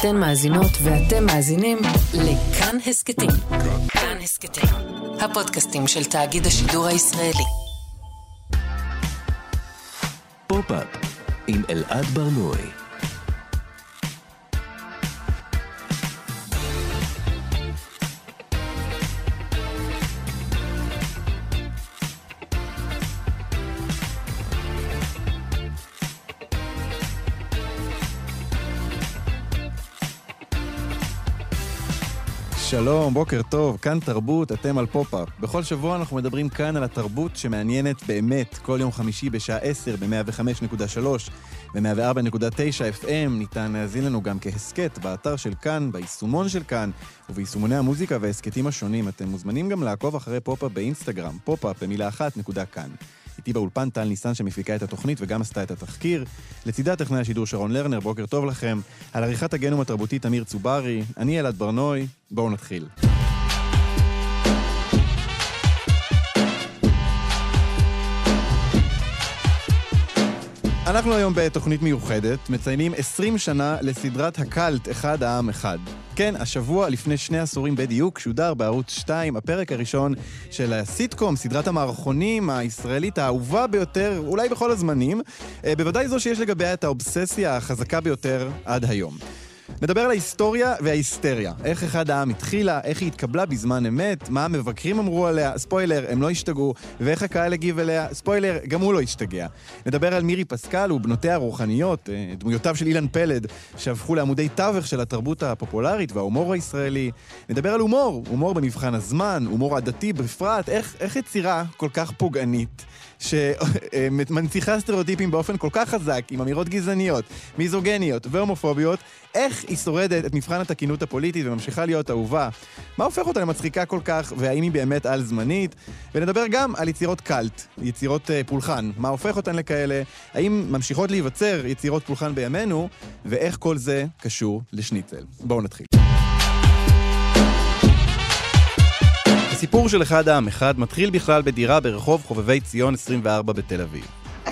אתן מאזינות ואתם מאזינים לכאן הסקטים. כאן הסקטים, הפודקאסטים של תאגיד השידור הישראלי. פופ-אפ עם אלעד ברנועי. שלום, בוקר טוב, כאן תרבות, אתם על פופ-אפ. בכל שבוע אנחנו מדברים כאן על התרבות שמעניינת באמת. כל יום חמישי בשעה 10 ב-105.3 ו-104.9 FM ניתן להזין לנו גם כהסקט באתר של כאן, ביישומון של כאן וביישומוני המוזיקה וההסקטים השונים. אתם מוזמנים גם לעקוב אחרי פופ-אפ באינסטגרם, פופ-אפ במילה אחת .כאן. איתי באולפן טל ניסן שמפיקה את התוכנית וגם עשתה את התחקיר. לצידה טכנאי השידור שרון לרנר, בוקר טוב לכם. על עריכת הגנום התרבותי תמיר צוברי, אני אלעד ברנועי, בואו נתחיל. אנחנו היום בתוכנית מיוחדת, מציינים 20 שנה לסדרת הקלט אחד העם אחד. כן, השבוע לפני 2 עשורים בדיוק שודר בערוץ 2 הפרק הראשון של הסיטקום, סדרת המערכונים הישראלית האהובה ביותר, אולי בכל הזמנים, בוודאי זו שיש לגביה את האובססיה החזקה ביותר עד היום. נדבר על ההיסטוריה וההיסטריה. איך אחד העם התחילה, איך היא התקבלה בזמן אמת, מה המבקרים אמרו עליה, ספוילר, הם לא השתגעו, ואיך הקהל הגיב אליה, ספוילר, גם הוא לא השתגע. נדבר על מירי פסקל ובנותיה הרוחניות, דמויותיו של אילן פלד, שהפכו לעמודי תווך של התרבות הפופולרית וההומור הישראלי. נדבר על הומור במבחן הזמן, הומור עדתי בפרט, איך יצירה כל כך פוגענית, שמנציחה סטריאוטיפים באופן כל כך חזק, עם אמירות גזעניות, מיזוגניות והומופוביות, איך היא שורדת את מבחן התקינות הפוליטית וממשיכה להיות אהובה? מה הופך אותה למצחיקה כל כך, והאם היא באמת על זמנית? ונדבר גם על יצירות קלט, יצירות פולחן. מה הופך אותן לכאלה? האם ממשיכות להיווצר יצירות פולחן בימינו? ואיך כל זה קשור לשניצל? בואו נתחיל. הסיפור של אחד העם אחד מתחיל בכלל בדירה ברחוב חובבי ציון 24 בתל אביב.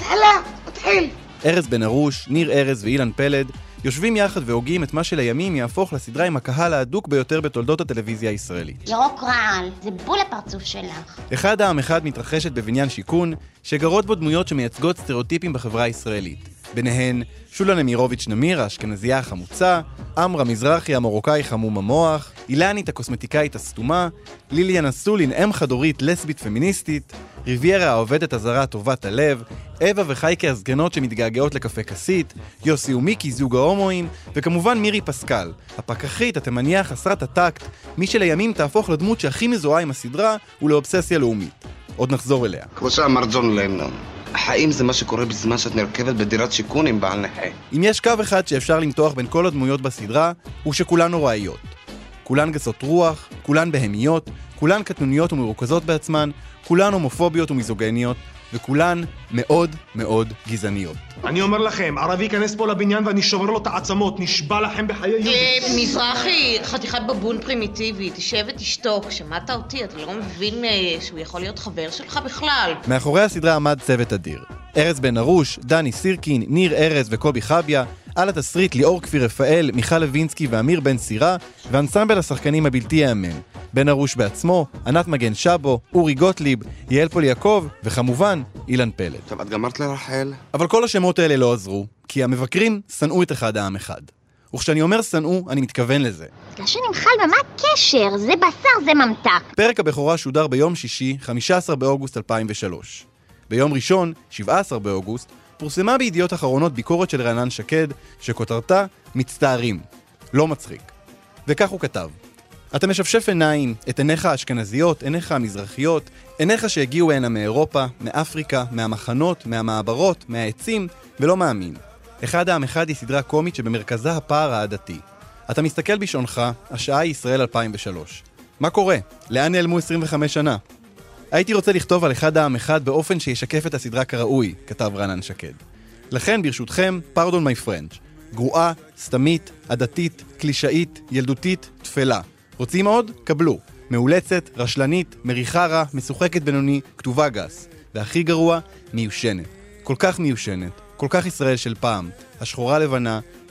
מתחיל! ארז בן ארוש, ניר ארז ואילן פלד יושבים יחד והוגים את מה שלימים יהפוך לסדרה עם הקהל ההדוק ביותר בתולדות הטלוויזיה הישראלית. ירוק רעל, זה בול הפרצוף שלך. אחד העם אחד מתרחשת בבניין שיכון שגרות בו דמויות שמייצגות סטריאוטיפים בחברה הישראלית. ביניהן שולה נמירוביץ' נמיר, האשכנזייה החמוצה, אמרה מזרחי המרוקאי חמום המוח, אילנית הקוסמטיקאית הסתומה, ליליאן אסולין אם חדורית לסבית פמיניסטית, ריביירה העובדת הזרה טובת הלב, אווה וחייקה הסגנות שמתגעגעות לקפה כסית, יוסי ומיקי זוג ההומואים, וכמובן מירי פסקל, הפקחית התימניה חסרת הטקט, מי שלימים תהפוך לדמות שהכי מזוהה עם הסדרה ולאובססיה לאומית. עוד נחזור אליה. כמו שאמר ג'ון לנון, החיים זה מה שקורה בזמן שאת נרכבת בדירת שיכון עם בעל נכה. אם יש קו אחד שאפשר למתוח בין כל הדמויות בסדרה, הוא שכולן נוראיות. כולן גסות רוח, כולן בהמיות, כולן קטנוניות ומרוכזות בעצמן, כולן הומופוביות ומיזוגניות, וכולן מאוד מאוד גזעניות. אני אומר לכם, ערבי ייכנס פה לבניין ואני שובר לו את העצמות, נשבע לכם בחיי יהודי. מזרחי, חתיכת בבון פרימיטיבי, תשב ותשתוק, שמעת אותי, אתה לא מבין שהוא יכול להיות חבר שלך בכלל. מאחורי הסדרה עמד צוות אדיר. ארז בן ארוש, דני סירקין, ניר ארז וקובי חביה, על התסריט ליאור כפיר רפאל, מיכל לוינסקי ואמיר בן סירה, ואנסמבל השחקנים הבלתי יאמן. בן ארוש בעצמו, ענת מגן שבו, אורי גוטליב, יעל פול יעקב, וכמובן, אילן פלד. טוב, את גמרת לרחל? אבל כל השמות האלה לא עזרו, כי המבקרים שנאו את אחד העם אחד. וכשאני אומר שנאו, אני מתכוון לזה. קשה נמחל, ומה הקשר? זה בשר, זה ממתק. פרק הבכורה שודר ביום שישי, 15 באוגוסט 2003. ביום ראשון, 17 באוגוסט, פורסמה בידיעות אחרונות ביקורת של רענן שקד, שכותרתה מצטערים. לא מצחיק. וכך הוא כתב: אתה משפשף עיניים, את עיניך האשכנזיות, עיניך המזרחיות, עיניך שהגיעו הנה מאירופה, מאפריקה, מהמחנות, מהמעברות, מהעצים, ולא מאמין. אחד העם אחד היא סדרה קומית שבמרכזה הפער העדתי. אתה מסתכל בשעונך, השעה היא ישראל 2003. מה קורה? לאן נעלמו 25 שנה? הייתי רוצה לכתוב על אחד העם אחד באופן שישקף את הסדרה כראוי, כתב רענן שקד. לכן, ברשותכם, pardon my French. גרועה, סתמית, עדתית, קלישאית, ילדותית, תפלה. רוצים עוד? קבלו. מאולצת, רשלנית, מריחה רע, משוחקת בינוני, כתובה גס. והכי גרוע, מיושנת. כל כך מיושנת, כל כך ישראל של פעם. השחורה לבנה,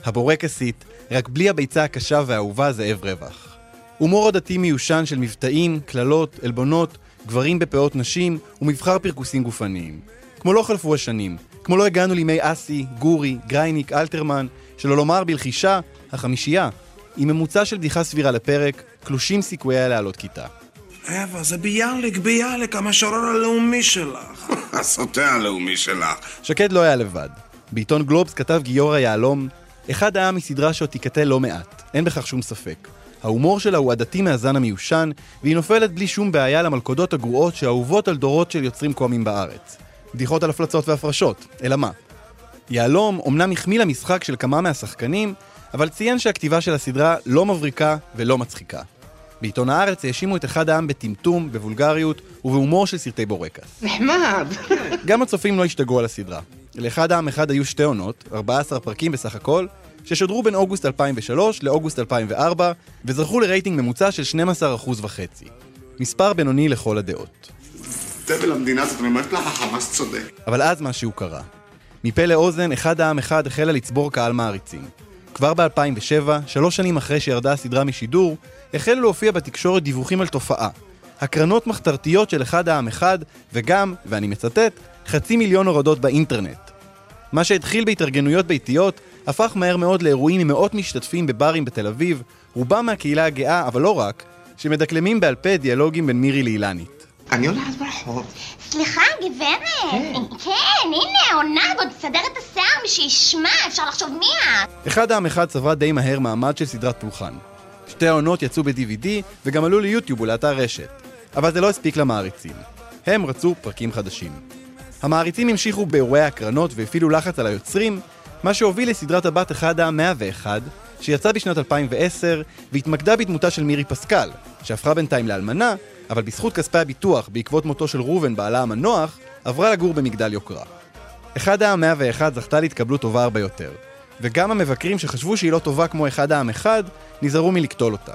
הבורקסית, רק בלי הביצה הקשה והאהובה זאב רווח. הומור עדתי מיושן של מבטאים, כללות, אלבונות, גברים בפאות נשים ומבחר פרקוסים גופניים. כמו לא חלפו השנים, כמו לא הגענו לימי אסי, גורי, גרייניק, אלתרמן, שלא לומר בלחישה, החמישייה, עם ממוצע של בדיחה סבירה לפרק, קלושים סיכוייה לעלות כיתה. אבא, זה ביאליק, המשורר הלאומי שלך. הסוטה הלאומי שלך. שקד לא היה לבד. בעיתון גלובס כתב גיורא יהלום, אחד העם מסדרה שעוד תיקטל לא מעט, אין בכך שום ספק. ההומור שלה הוא עדתי מהזן המיושן, והיא נופלת בלי שום בעיה למלכודות הגרועות שאהובות על דורות של יוצרים קומיים בארץ. בדיחות על הפלצות והפרשות, אלא מה? יהלום אומנם החמיא למשחק של כמה מהשחקנים, אבל ציין שהכתיבה של הסדרה לא מבריקה ולא מצחיקה. בעיתון הארץ האשימו את אחד העם בטמטום, בוולגריות ובהומור של סרטי בורקס. נחמד. גם הצופים לא השתגעו על הסדרה. לאחד העם אחד היו 2 עונות, 14 פרקים בסך הכל, ששודרו בין אוגוסט 2003 לאוגוסט 2004, וזכו לרייטינג ממוצע של 12.5%. מספר בינוני לכל הדעות. תבל המדינה הזאת, אני אומרת לך, החמאס צודק. אבל אז משהו קרה. מפה לאוזן, אחד העם אחד החלה לצבור קהל מעריצים. כבר ב-2007, 3 שנים אחרי שירדה הסדרה משידור, החלו להופיע בתקשורת דיווחים על תופעה. הקרנות מחתרתיות של אחד העם אחד, וגם, ואני מצטט, 500,000 הורדות באינטרנט. מה שהתחיל בהתארגנויות ביתיות, הפך מהר מאוד לאירועים עם מאות משתתפים בברים בתל אביב, רובם מהקהילה הגאה, אבל לא רק, שמדקלמים בעל פה דיאלוגים בין מירי לאילנית. אני הולכת ברחוב. סליחה, גברת. כן, הנה, עונה, עוד תסדר את השיער שישמע, אפשר לחשוב מי את. אחד העם אחד צברה די מהר מעמד של סדרת פולחן. 2 העונות יצאו ב-DVD וגם עלו ליוטיוב ולאתר רשת. אבל זה לא הספיק למעריצים. הם רצו פרקים חדשים. המעריצים המשיכו באירועי הקרנות והפעילו לחץ על היוצרים, מה שהוביל לסדרת הבת אחד העם 101, שיצא בשנת 2010 והתמקדה בדמותה של מירי פסקל, שהפכה בינתיים לאלמנה, אבל בזכות כספי הביטוח בעקבות מותו של רובן בעלה המנוח, עברה לגור במגדל יוקרה. אחד העם 101 זכתה להתקבלות טובה הרבה יותר, וגם המבקרים שחשבו שהיא לא טובה כמו אחד העם אחד, נזהרו מלקטול אותה.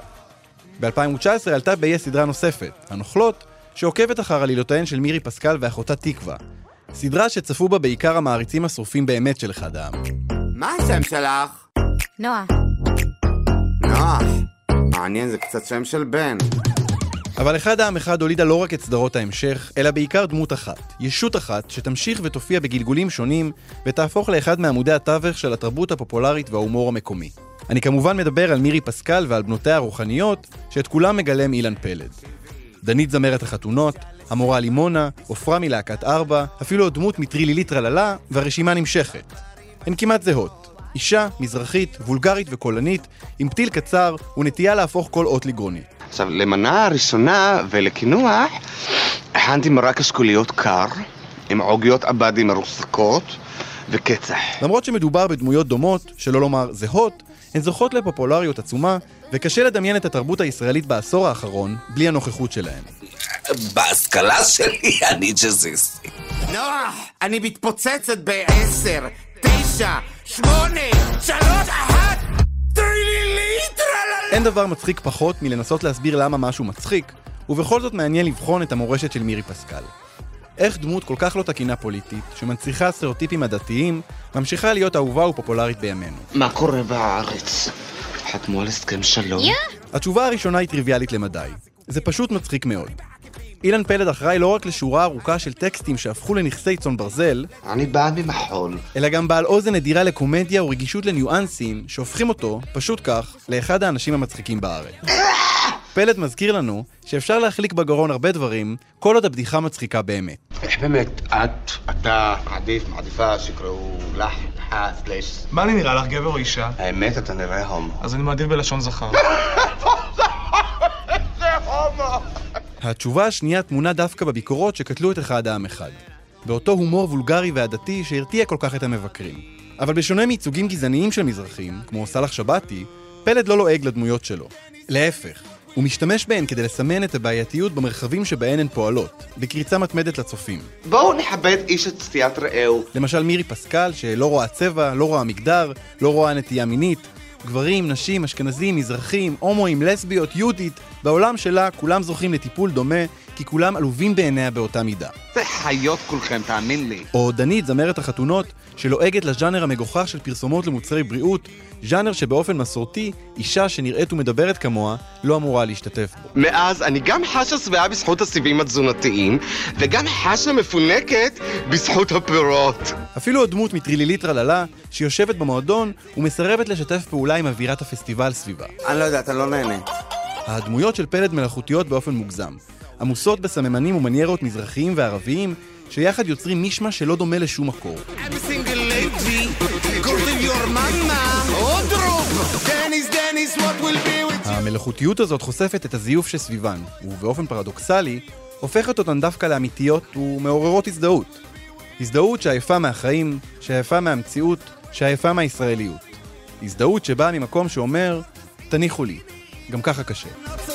ב-2019 עלתה באי סדרה נוספת, הנוכלות, שעוקבת אחר עלילותיהן של מירי פסקל ואחותה תקווה. סדרה שצפו בה בעיקר המעריצים השרופים באמת של אחד העם. מה השם שלך? נועה. נועה. מעניין, זה קצת שם של בן. אבל אחד העם אחד הולידה לא רק את סדרות ההמשך, אלא בעיקר דמות אחת, ישות אחת שתמשיך ותופיע בגלגולים שונים, ותהפוך לאחד מעמודי התווך של התרבות הפופולרית וההומור המקומי. אני כמובן מדבר על מירי פסקל ועל בנותיה הרוחניות, שאת כולם מגלם אילן פלד. דנית זמרת החתונות, המורה לימונה, עופרה מלהקת 4, אפילו דמות מטרילילי טרללה, והרשימה נמשכת. הן כמעט זהות. אישה, מזרחית, וולגרית וקולנית, עם פתיל קצר ונטייה להפוך כל אות לגרוני. עכשיו, למנה הראשונה ולקינוח, הכנתי מרק אשכוליות קר, עם עוגיות עבדים מרוסקות וקצח. למרות שמדובר בדמויות דומות, שלא לומר זהות, הן זוכות לפופולריות עצומה, וקשה לדמיין את התרבות הישראלית בעשור האחרון, בלי הנוכחות שלהן. בהשכלה שלי אני ג'זיסטי. נוח, אני מתפוצצת ב10, 9, 8, 3, 1, אין דבר מצחיק פחות מלנסות להסביר למה משהו מצחיק, ובכל זאת מעניין לבחון את המורשת של מירי פסקל. איך דמות כל כך לא תקינה פוליטית, שמנציחה סטריאוטיפים עדתיים, ממשיכה להיות אהובה ופופולרית בימינו. מה קורה בארץ? חתמו על הסכם שלום? התשובה הראשונה היא טריוויאלית למדי. זה פשוט מצחיק מאוד. אילן פלד אחראי לא רק לשורה ארוכה של טקסטים שהפכו לנכסי צאן ברזל, אני בא ממחול, אלא גם בעל אוזן נדירה לקומדיה ורגישות לניואנסים שהופכים אותו, פשוט כך, לאחד האנשים המצחיקים בארץ. פלד מזכיר לנו שאפשר להחליק בגרון הרבה דברים, כל עוד הבדיחה מצחיקה באמת. איך באמת אתה מעדיפה שקראו לך, סלש? מה אני נראה לך, גבר או אישה? האמת, אתה נראה הומו. אז אני מעדיף בלשון זכר. זה הומו! התשובה השנייה תמונה דווקא בביקורות שקטלו את אחד העם אחד. באותו הומור וולגרי ועדתי שהרתיע כל כך את המבקרים. אבל בשונה מייצוגים גזעניים של מזרחים, כמו סלח שבתי, פלד לא לועג לדמויות שלו. להפך, הוא משתמש בהן כדי לסמן את הבעייתיות במרחבים שבהן הן פועלות, בקריצה מתמדת לצופים. בואו נכבד איש את סטיית רעהו. למשל מירי פסקל, שלא רואה צבע, לא רואה מגדר, לא רואה נטייה מינית. גברים, נשים, אשכנזים, מזרחים, הומואים, לסביות, יהודית, בעולם שלה כולם זוכים לטיפול דומה, כי כולם עלובים בעיניה באותה מידה. זה חיות כולכם, תאמין לי. או דנית, זמרת החתונות, שלועגת לז'אנר המגוחך של פרסומות למוצרי בריאות, ז'אנר שבאופן מסורתי, אישה שנראית ומדברת כמוה, לא אמורה להשתתף בו. מאז אני גם חשה שבעה בזכות הסיבים התזונתיים, וגם חשה מפונקת בזכות הפירות. אפילו הדמות מטרילילית רללה, שיושבת במועדון ומסרבת לשתף פעולה עם אווירת הפסטיבל סביבה. אני לא יודעת, אני לא נהנה. הדמויות של פלד מלאכותיות באופן מוגזם, עמוסות בסממנים ומניירות מזרחיים וערביים, שיחד יוצרים מישמה שלא דומה לשום מקור. המלאכותיות הזאת חושפת את הזיוף שסביבן, ובאופן פרדוקסלי, הופכת אותן דווקא לאמיתיות ומעוררות הזדהות. הזדהות שהעיפה מהחיים, שהעיפה מהמציאות, שהעיפה מהישראליות. הזדהות שבאה ממקום שאומר, תניחו לי, גם ככה קשה.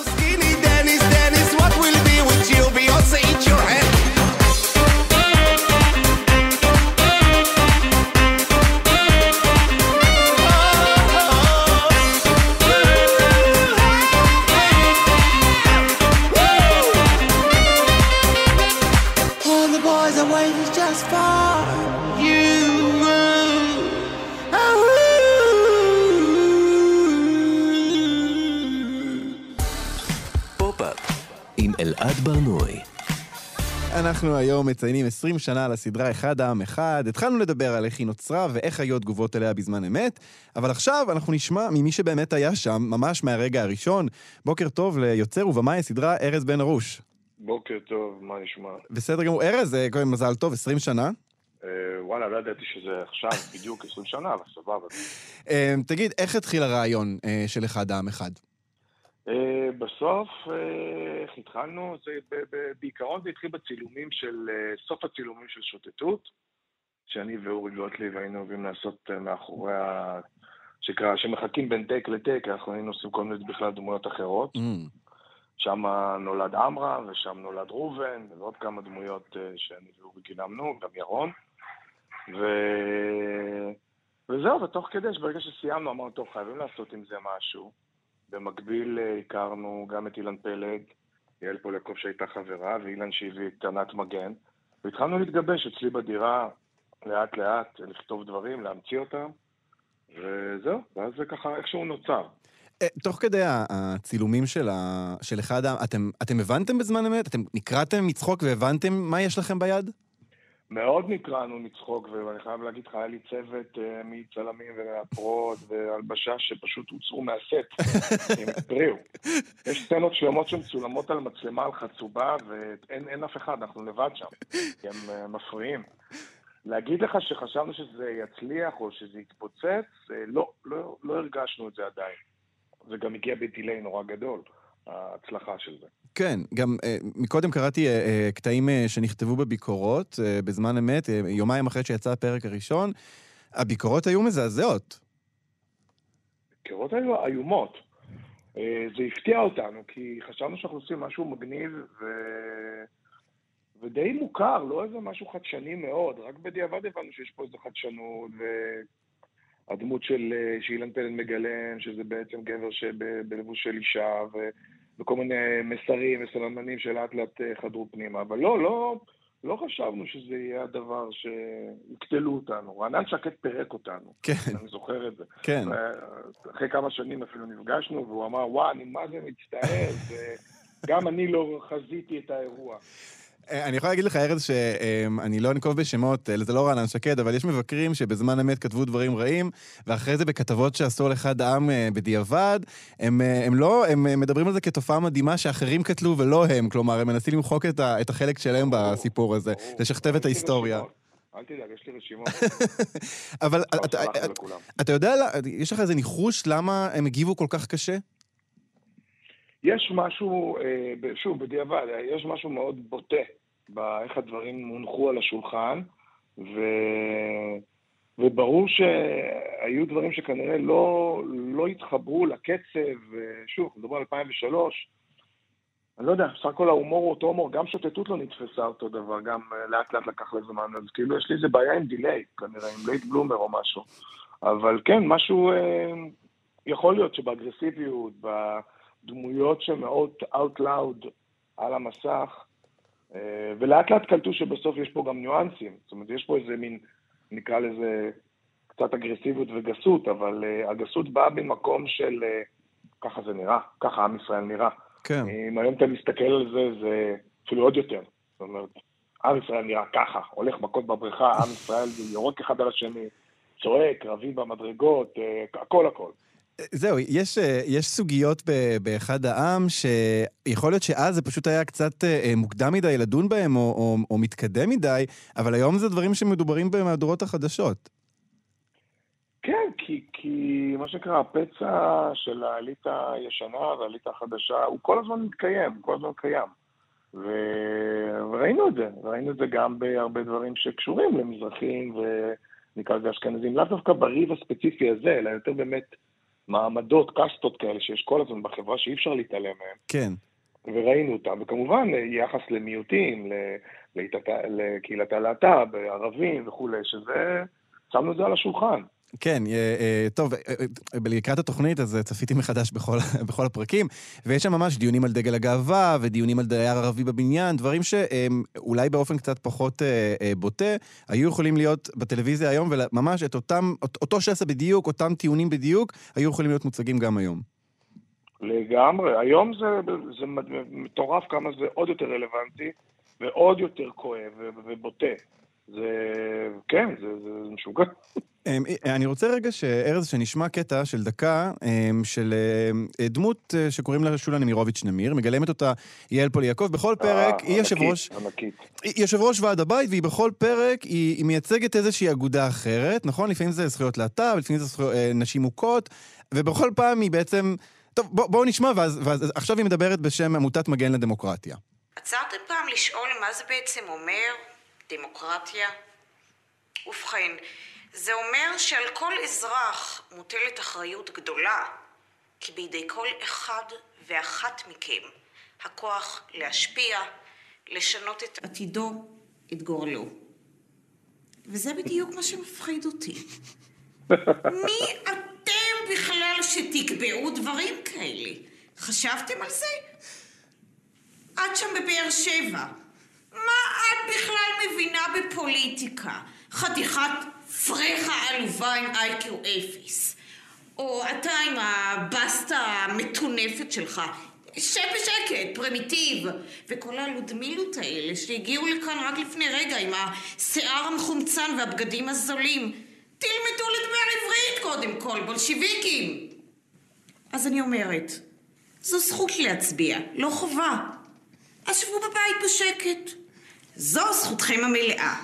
אלעד ברנועי. אנחנו היום מציינים 20 שנה לסדרה אחד העם אחד. התחלנו לדבר על איך היא נוצרה ואיך היו תגובות אליה בזמן אמת, אבל עכשיו אנחנו נשמע ממי שבאמת היה שם, ממש מהרגע הראשון. בוקר טוב ליוצר ובמאי הסדרה ארז בן ארוש. בוקר טוב, מה נשמע? בסדר גמור. ארז, קודם מזל טוב, 20 שנה. וואלה, לא ידעתי שזה עכשיו בדיוק 20 שנה, אבל סבבה. תגיד, איך התחיל הרעיון של אחד העם אחד? בסוף, איך התחלנו? בעיקרון זה התחיל בצילומים של, סוף הצילומים של שוטטות, שאני ואורי גוטליב היינו אוהבים לעשות מאחורי שמחכים בין טייק לטייק, אנחנו היינו עושים כל מיני בכלל דמויות אחרות. שם נולד אמרה, ושם נולד רובן, ועוד כמה דמויות שאני ואורי גילמנו, גם ירון. וזהו, ותוך כדי שברגע שסיימנו, אמרנו, טוב, חייבים לעשות עם זה משהו. במקביל הכרנו גם את אילן פלד, יעל פולקוב שהייתה חברה, ואילן שהביא את ענת מגן, והתחלנו להתגבש אצלי בדירה לאט לאט, לכתוב דברים, להמציא אותם, וזהו, ואז זה ככה איכשהו נוצר. תוך כדי הצילומים של אחד, אתם הבנתם בזמן אמת? אתם נקראתם מצחוק והבנתם מה יש לכם ביד? מאוד נקראנו מצחוק, ואני חייב להגיד לך, היה לי צוות מצלמים ומהפרות והלבשה שפשוט הוצאו מהסט, הם הפריעו. יש סצנות שלמות שמצולמות על מצלמה על חצובה, ואין אף אחד, אנחנו לבד שם, כי הם מפריעים. להגיד לך שחשבנו שזה יצליח או שזה יתפוצץ, לא הרגשנו את זה עדיין. זה גם הגיע בדילי נורא גדול, ההצלחה של זה. כן, גם מקודם קראתי קטעים שנכתבו בביקורות בזמן אמת, יומיים אחרי שיצא הפרק הראשון, הביקורות היו מזעזעות. הביקורות היו איומות. זה הפתיע אותנו, כי חשבנו שאנחנו עושים משהו מגניב ודי מוכר, לא איזה משהו חדשני מאוד, רק בדיעבד הבנו שיש פה איזה חדשנות, והדמות של אילן פלד מגלם, שזה בעצם גבר שבלבוש של אישה, וכל מיני מסרים וסממנים שלאט לאט חדרו פנימה, אבל לא חשבנו שזה יהיה הדבר שיקטלו אותנו. רענן שקט פירק אותנו. כן. אני זוכר את זה. כן. אחרי כמה שנים אפילו נפגשנו, והוא אמר, וואו, אני מה זה מצטער, וגם אני לא חזיתי את האירוע. אני יכול להגיד לך, ארז, שאני לא אנקוב בשמות, זה לא רענן שקד, אבל יש מבקרים שבזמן אמת כתבו דברים רעים, ואחרי זה בכתבות שעשו על אחד העם בדיעבד, הם מדברים על זה כתופעה מדהימה שאחרים כתלו ולא הם, כלומר, הם מנסים למחוק את החלק שלהם בסיפור הזה, לשכתב את ההיסטוריה. אל תדאג, יש לי רשימות. אבל אתה יודע, יש לך איזה ניחוש למה הם הגיבו כל כך קשה? יש משהו, שוב, בדיעבד, יש משהו מאוד בוטה באיך הדברים מונחו על השולחן, וברור שהיו דברים שכנראה לא התחברו לקצב, שוב, מדבר על 2003, אני לא יודע, סך הכל ההומור הוא אותו הומור, גם שוטטות לא נתפסה אותו דבר, גם לאט לאט לקח לזמן, אז כאילו יש לי איזה בעיה עם דיליי, כנראה, עם לייט בלומר או משהו, אבל כן, משהו יכול להיות שבאגרסיביות, דמויות שמאוד out loud על המסך, ולאט לאט קלטו שבסוף יש פה גם ניואנסים. זאת אומרת, יש פה איזה מין, נקרא לזה קצת אגרסיביות וגסות, אבל הגסות באה במקום של ככה זה נראה, ככה עם ישראל נראה. כן. אם היום אתה מסתכל על זה, זה אפילו עוד יותר. זאת אומרת, עם ישראל נראה ככה, הולך מכות בבריכה, עם ישראל יורק אחד על השני, צועק, רבים במדרגות, הכל. זהו, יש סוגיות באחד העם שיכול להיות שאז זה פשוט היה קצת מוקדם מדי לדון בהם או מתקדם מדי, אבל היום זה דברים שמדוברים במהדורות החדשות. כן, כי מה שנקרא, הפצע של האליטה הישנה והאליטה החדשה, הוא כל הזמן מתקיים, כל הזמן קיים. וראינו את זה גם בהרבה דברים שקשורים למזרחים ונקרא לזה אשכנזים, לאו דווקא בריב הספציפי הזה, אלא יותר באמת מעמדות, קסטות כאלה שיש כל הזמן בחברה שאי אפשר להתעלם מהם. כן. וראינו אותם, וכמובן יחס למיעוטים, לקהילת הלהט"ב, ערבים וכולי, שזה, שמנו את זה על השולחן. כן, טוב, לקראת התוכנית, אז צפיתי מחדש בכל הפרקים, ויש שם ממש דיונים על דגל הגאווה, ודיונים על דייר ערבי בבניין, דברים שאולי באופן קצת פחות בוטה, היו יכולים להיות בטלוויזיה היום, וממש את אותו שסע בדיוק, אותם טיעונים בדיוק, היו יכולים להיות מוצגים גם היום. לגמרי, היום זה מטורף כמה זה עוד יותר רלוונטי, ועוד יותר כואב ובוטה. כן, זה משוגע. אני רוצה רגע ארז שנשמע קטע של דקה של דמות שקוראים לה שולה נמירוביץ' נמיר, מגלמת אותה יעל פוליאקוב. בכל פרק היא יושב ראש ועד הבית, והיא בכל פרק היא מייצגת איזושהי אגודה אחרת, נכון? לפעמים זה זכויות להט"ב, לפעמים זה נשים מוכות, ובכל פעם היא בעצם... טוב, בואו נשמע, ואז עכשיו היא מדברת בשם עמותת מגן לדמוקרטיה. עצרתם פעם לשאול מה זה בעצם אומר דמוקרטיה? ובכן, זה אומר שעל כל אזרח מוטלת אחריות גדולה, כי בידי כל אחד ואחת מכם הכוח להשפיע, לשנות את עתידו, את גורלו. וזה בדיוק מה שמפחיד אותי. מי אתם בכלל שתקבעו דברים כאלה? חשבתם על זה? את שם בבאר שבע. מה את בכלל מבינה בפוליטיקה? חתיכת פרחה עלובה עם איי-קיו 0. או אתה עם הבסטה המטונפת שלך. שב בשקט, פרימיטיב. וכל הלודמילות האלה שהגיעו לכאן רק לפני רגע עם השיער המחומצן והבגדים הזולים. תלמדו לדבר עברית קודם כל, בולשיביקים. אז אני אומרת, זו זכות להצביע, לא חובה. אז שבו בבית בשקט. זו זכותכם המלאה.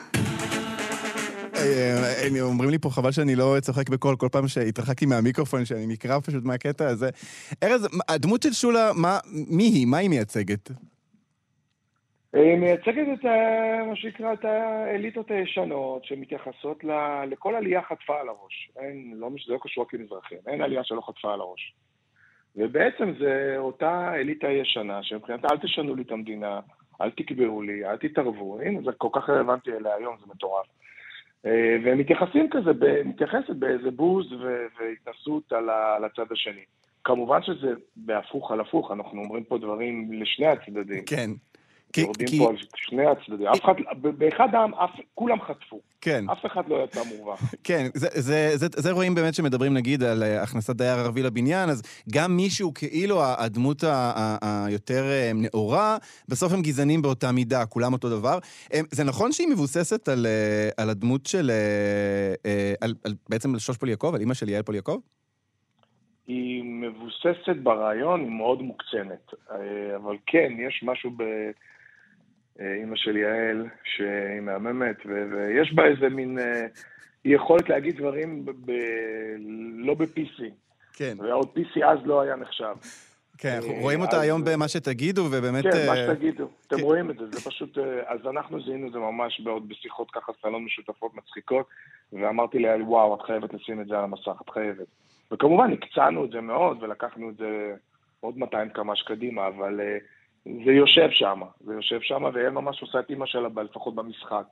אומרים לי פה חבל שאני לא צוחק בקול, כל פעם שהתרחקתי מהמיקרופון, שאני נקרא פשוט מהקטע הזה. ארז, הדמות של שולה, מי היא? מה היא מייצגת? היא מייצגת את מה שנקרא את האליטות הישנות, שמתייחסות לכל עלייה חטפה על הראש. זה לא קשור רק למזרחים, אין עלייה שלא חטפה על הראש. ובעצם זה אותה אליטה ישנה, שמבחינת אל תשנו לי את המדינה, אל תקבעו לי, אל תתערבו. הנה, זה כל כך רלוונטי אליה היום, זה מטורף. והם מתייחסים כזה, מתייחסת באיזה בוז והתנסות על הצד השני. כמובן שזה בהפוך על הפוך, אנחנו אומרים פה דברים לשני הצדדים. כן. יורדים פה על שני הצדדים. באחד העם, כולם חטפו. כן. אף אחד לא יצא מורווח. כן, זה רואים באמת שמדברים נגיד על הכנסת דייר ערבי לבניין, אז גם מישהו כאילו הדמות היותר נאורה, בסוף הם גזענים באותה מידה, כולם אותו דבר. זה נכון שהיא מבוססת על הדמות של, בעצם על שוש פוליאקוב, על אמא של יעל פוליאקוב? היא מבוססת ברעיון, היא מאוד מוקצנת. אבל כן, יש משהו אמא של יעל, שהיא מהממת, ויש בה איזה מין, היא יכולת להגיד דברים לא ב-PC. כן. ועוד PC אז לא היה נחשב. כן, רואים אותה היום במה שתגידו, ובאמת... כן, מה שתגידו. אתם רואים את זה, זה פשוט... אז אנחנו זיהינו את זה ממש בעוד בשיחות ככה, סלון משותפות מצחיקות, ואמרתי לה, וואו, את חייבת לשים את זה על המסך, את חייבת. וכמובן, הקצנו את זה מאוד, ולקחנו את זה עוד 200 קמ"ש קדימה, אבל... זה יושב שם, והיא ממש עושה את אמא שלה, לפחות במשחק.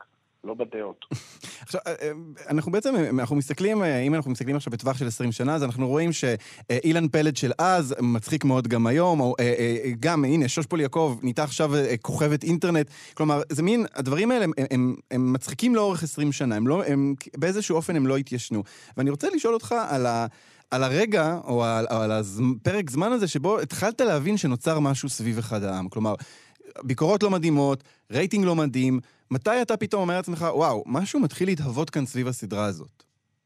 לא בדעות. עכשיו, אנחנו מסתכלים, אם אנחנו מסתכלים עכשיו בטווח של 20 שנה, אז אנחנו רואים שאילן פלד של אז מצחיק מאוד גם היום, או גם, הנה, שוש פול יעקב ניתה עכשיו כוכבת אינטרנט, כלומר, זה מין, הדברים האלה הם מצחיקים לאורך 20 שנה, באיזשהו אופן הם לא התיישנו. ואני רוצה לשאול אותך על הרגע, או על הפרק זמן הזה, שבו התחלת להבין שנוצר משהו סביב אחד העם. כלומר, ביקורות לא מדהימות, רייטינג לא מדהים. מתי אתה פתאום אומר לעצמך, וואו, משהו מתחיל להתהוות כאן סביב הסדרה הזאת?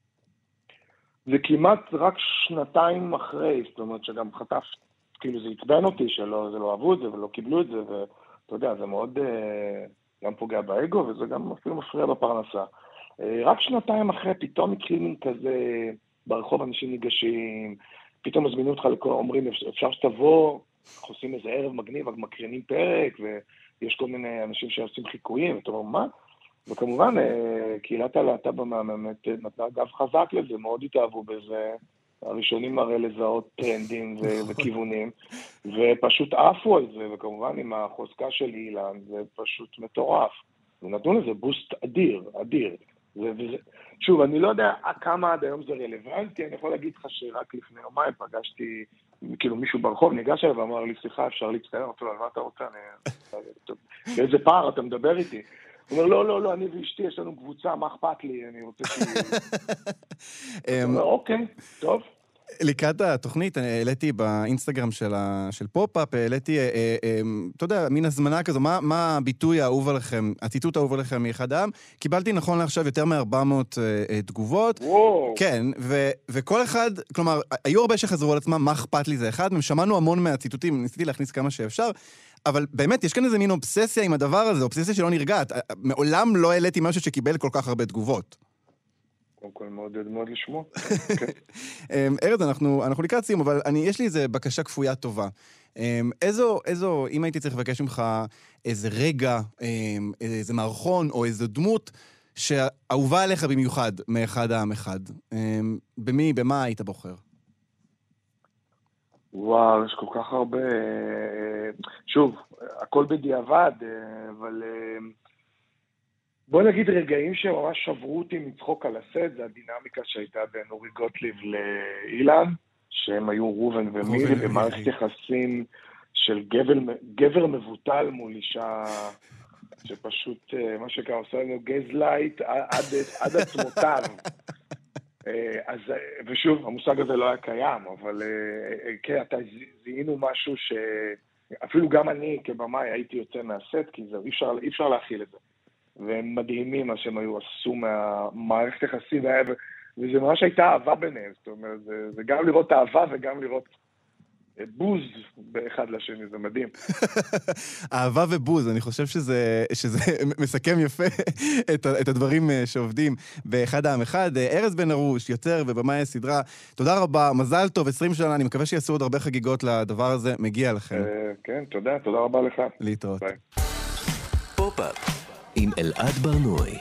זה כמעט רק שנתיים אחרי, זאת אומרת שגם חטף, כאילו זה התבן אותי שלא, זה לא אהבו את זה ולא קיבלו את זה, ואתה יודע, זה מאוד גם פוגע באגו, וזה גם אפילו מפריע בפרנסה. רק שנתיים אחרי, פתאום התחיל מין כזה, ברחוב אנשים ניגשים, פתאום מזמינו אותך אומרים, אפשר שתבוא, עושים איזה ערב מגניב, מקרינים פרק, ויש כל מיני אנשים שעושים חיקויים, ואתה אומר, מה? וכמובן, קהילת הלהט"ב באמת נתנה גב חזק לזה, מאוד התאהבו בזה, הראשונים הרי לזהות טרנדים וכיוונים, ופשוט עפו על זה, וכמובן עם החוזקה של אילן, זה פשוט מטורף. ונתנו לזה בוסט אדיר, אדיר. שוב, אני לא יודע כמה עד היום זה רלוונטי, אני יכול להגיד לך שרק לפני יומיים פגשתי, כאילו מישהו ברחוב ניגש אליו ואמר לי, סליחה, אפשר להצטער? אמרתי לו, על מה אתה רוצה? באיזה פער אתה מדבר איתי? הוא אומר, לא, אני ואשתי, יש לנו קבוצה, מה אכפת לי? אני רוצה הוא אומר, אוקיי, טוב. לקראת התוכנית, העליתי באינסטגרם של פופ-אפ, העליתי, אתה יודע, מין הזמנה כזו, מה הביטוי האהוב עליכם, הציטוט האהוב עליכם מאחד העם? קיבלתי נכון לעכשיו יותר מ-400 תגובות. וואו. כן, וכל אחד, כלומר, היו הרבה שחזרו על עצמם, מה אכפת לי זה אחד, שמענו המון מהציטוטים, ניסיתי להכניס כמה שאפשר, אבל באמת, יש כאן איזה מין אובססיה עם הדבר הזה, אובססיה שלא נרגעת. מעולם לא העליתי משהו שקיבל כל כך הרבה תגובות. קודם כל מאוד לשמוע. ארז, אנחנו לקראת סיום, אבל יש לי איזה בקשה כפויה טובה. איזו, אם הייתי צריך לבקש ממך איזה רגע, איזה מערכון או איזו דמות שאהובה עליך במיוחד מאחד העם אחד, במה היית בוחר? וואו, יש כל כך הרבה, שוב, הכל בדיעבד, אבל בוא נגיד רגעים שממש שברו אותי מצחוק על הסט, זה הדינמיקה שהייתה בין אורי גוטליב לאילן, שהם היו רובן ומירי, במערכת יחסים של גבר מבוטל מול אישה, שפשוט, מה שקרה, עושה לנו גזלייט עד עצמותיו. אז, ושוב, המושג הזה לא היה קיים, אבל כן, אתה זיהינו משהו שאפילו גם אני כבמאי הייתי יוצא מהסט, כי זהו, אי אפשר להכיל את זה. והם מדהימים מה שהם עשו מהמערכת יחסים, וזה ממש הייתה אהבה ביניהם, זאת אומרת, זה גם לראות אהבה וגם לראות בוז באחד לשני, זה מדהים. אהבה ובוז, אני חושב שזה מסכם יפה את הדברים שעובדים באחד העם אחד. ארז בן ארוש, יוצר ובמאי הסדרה, תודה רבה, מזל טוב, 20 שנה, אני מקווה שיעשו עוד הרבה חגיגות לדבר הזה, מגיע לכם. כן, תודה רבה לך. להתראות. פופ-אפ עם אלעד ברנועי.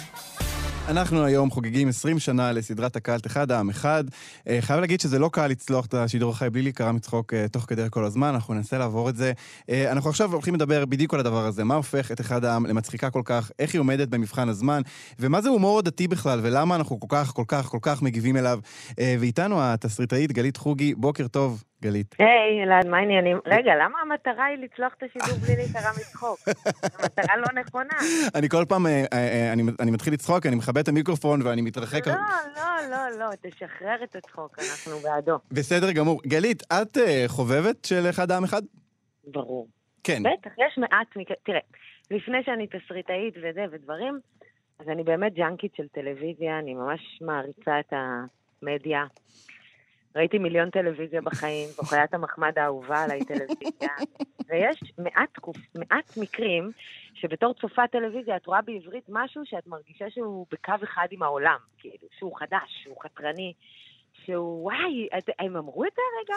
אנחנו היום חוגגים 20 שנה לסדרת הקלט אחד העם אחד. חייב להגיד שזה לא קל לצלוח את השידור החי בלי להיקרע מצחוק תוך כדי כל הזמן, אנחנו ננסה לעבור את זה. אנחנו עכשיו הולכים לדבר בדיוק על הדבר הזה, מה הופך את אחד העם למצחיקה כל כך, איך היא עומדת במבחן הזמן, ומה זה הומור דתי בכלל, ולמה אנחנו כל כך מגיבים אליו. ואיתנו התסריטאית גלית חוגי, בוקר טוב. גלית. היי, אלעד, מה העניינים? רגע, למה המטרה היא לצלוח את השידור בלי להיקרע מצחוק? המטרה לא נכונה. אני כל פעם, אני מתחיל לצחוק, אני מכבה את המיקרופון ואני מתרחק. לא, תשחרר את הצחוק, אנחנו בעדו. בסדר גמור. גלית, את חובבת של אחד העם אחד? ברור. כן. בטח, יש מעט, תראה, לפני שאני תסריטאית וזה ודברים, אז אני באמת ג'אנקית של טלוויזיה, אני ממש מעריצה את המדיה. ראיתי מיליון טלוויזיה בחיים, וחיית המחמד האהובה עליי טלוויזיה, ויש מעט מקרים שבתור צופה טלוויזיה את רואה בעברית משהו שאת מרגישה שהוא בקו אחד עם העולם, כאילו, שהוא חדש, שהוא חתרני, שהוא, וואי, הם אמרו את זה רגע?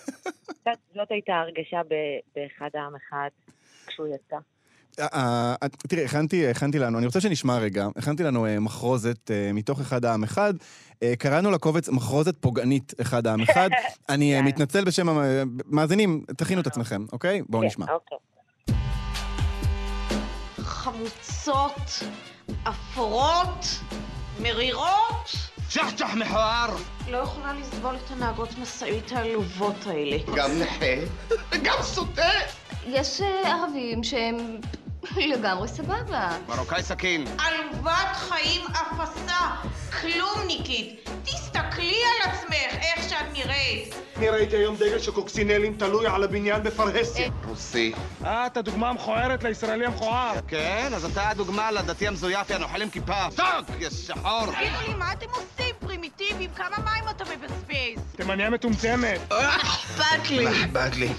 זאת הייתה הרגשה באחד העם אחד כשהוא יצא. תראה, הכנתי לנו, אני רוצה שנשמע רגע, הכנתי לנו מחרוזת מתוך אחד העם אחד, קראנו לקובץ מחרוזת פוגענית אחד העם אחד, אני מתנצל בשם המאזינים, תכינו את עצמכם, אוקיי? בואו נשמע. חמוצות, אפורות, מרירות. צ'חצ'ח מחואר. לא יכולה לסבול את הנהגות משאית העלובות האלה. גם נכה, וגם סוטה. יש ערבים שהם לגמרי סבבה. מרוקאי סכין. עלובת חיים אפסה, כלומניקית. תסתכלי על עצמך, איך שאת נראית. אני ראיתי היום דגל של קוקסינלים תלוי על הבניין בפרהסיה. רוסי. את הדוגמה המכוערת לישראלי המכוער. כן, אז אתה הדוגמה לדתי המזויף, הנוכל עם כיפה. טוק, יא שחור. תגידו לי, מה אתם עושים, פרימיטיביים? כמה מים אתה מבזבז? תימניה מטומטמת. אכפת לי. אכפת לי.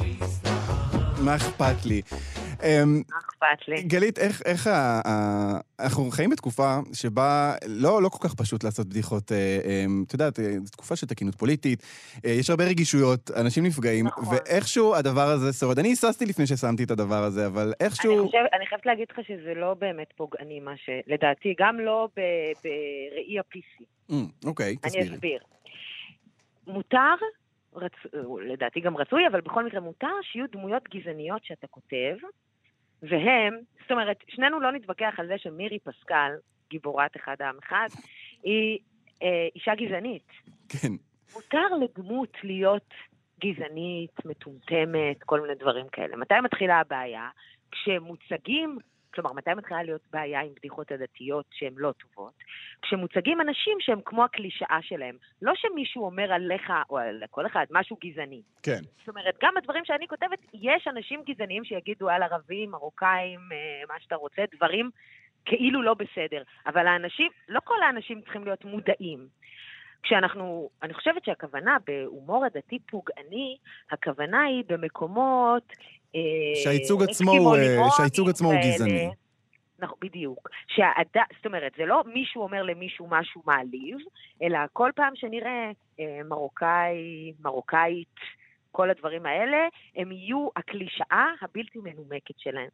מה אכפת לי? אכפת לי. גלית, איך אנחנו חיים בתקופה שבה לא כל כך פשוט לעשות בדיחות, את יודעת, זו תקופה של תקינות פוליטית, יש הרבה רגישויות, אנשים נפגעים, ואיכשהו הדבר הזה שורד. אני היססתי לפני ששמתי את הדבר הזה, אבל איכשהו... אני חייבת להגיד לך שזה לא באמת פוגעני, מה שלדעתי, גם לא בראי ה-PC. אוקיי, תסבירי. אני אסביר. מותר, לדעתי גם רצוי, אבל בכל מקרה מותר שיהיו דמויות גזעניות שאתה כותב, והם, זאת אומרת, שנינו לא נתווכח על זה שמירי פסקל, גיבורת אחד העם אחד, היא אישה גזענית. כן. מותר לדמות להיות גזענית, מטומטמת, כל מיני דברים כאלה. מתי מתחילה הבעיה? כשמוצגים, כלומר, מתי מתחילה להיות בעיה עם בדיחות הדתיות שהן לא טובות? כשמוצגים אנשים שהם כמו הקלישאה שלהם. לא שמישהו אומר עליך, או על כל אחד, משהו גזעני. כן. זאת אומרת, גם הדברים שאני כותבת, יש אנשים גזעניים שיגידו על ערבים, מרוקאים, מה שאתה רוצה, דברים כאילו לא בסדר. אבל האנשים, לא כל האנשים צריכים להיות מודעים. אני חושבת שהכוונה בהומור הדתי פוגעני, הכוונה היא במקומות... שהייצוג עצמו הוא גזעני. נכון, בדיוק. זאת אומרת, זה לא מישהו אומר למישהו משהו מעליב, אלא כל פעם שנראה מרוקאית, כל הדברים האלה, הם יהיו הקלישאה הבלתי מנומקת שלהם.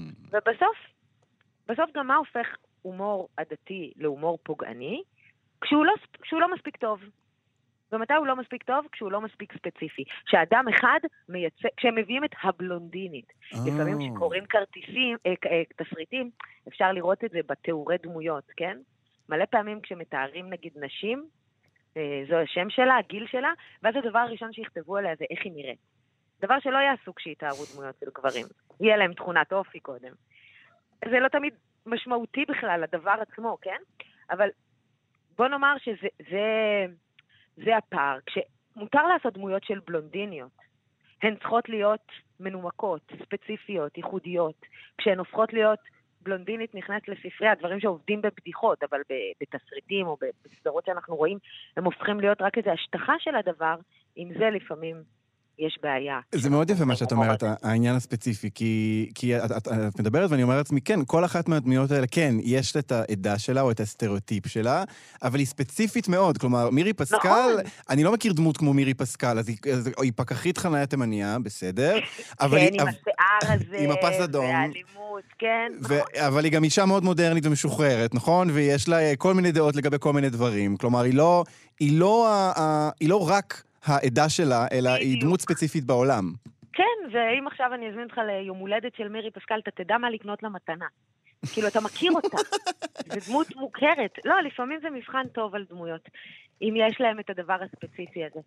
ובסוף גם מה הופך הומור עדתי להומור פוגעני? כשהוא לא מספיק טוב. ומתי הוא לא מספיק טוב? כשהוא לא מספיק ספציפי. שאדם אחד מייצג, כשהם מביאים את הבלונדינית. לפעמים כשקוראים תסריטים, אפשר לראות את זה בתיאורי דמויות, כן? מלא פעמים כשמתארים נגיד נשים, זו השם שלה, הגיל שלה, ואז הדבר הראשון שיכתבו עליה זה איך היא נראית. דבר שלא יעשו כשיתארו דמויות של גברים. יהיה להם תכונת אופי קודם. זה לא תמיד משמעותי בכלל, הדבר עצמו, כן? אבל בוא נאמר זה הפער. כשמותר לעשות דמויות של בלונדיניות, הן צריכות להיות מנומקות, ספציפיות, ייחודיות. כשהן הופכות להיות בלונדינית נכנסת לספרי, הדברים שעובדים בבדיחות, אבל בתסריטים או בסדרות שאנחנו רואים, הם הופכים להיות רק איזו השטחה של הדבר, עם זה לפעמים יש בעיה. זה מאוד יפה מה שאת אומרת, העניין הספציפי, כי את מדברת ואני אומר לעצמי, כן, כל אחת מהדמויות האלה, כן, יש את העדה שלה או את הסטריאוטיפ שלה, אבל היא ספציפית מאוד, כלומר, מירי פסקל, אני לא מכיר דמות כמו מירי פסקל, אז היא פקחית חניה תימניה, בסדר, אבל כן, עם השיער הזה, עם הפס אדום, והאלימות, כן. אבל היא גם אישה מאוד מודרנית ומשוחררת, נכון? ויש לה כל מיני דעות לגבי כל מיני דברים, כלומר, היא לא רק העדה שלה, אלא היא דמות ספציפית בעולם. כן, ואם עכשיו אני אזמין אותך ליום הולדת של מירי פסקל, אתה תדע מה לקנות למתנה. כאילו, אתה מכיר אותה. זו דמות מוכרת. לא, לפעמים זה מבחן טוב על דמויות, אם יש להם את הדבר הספציפי הזה.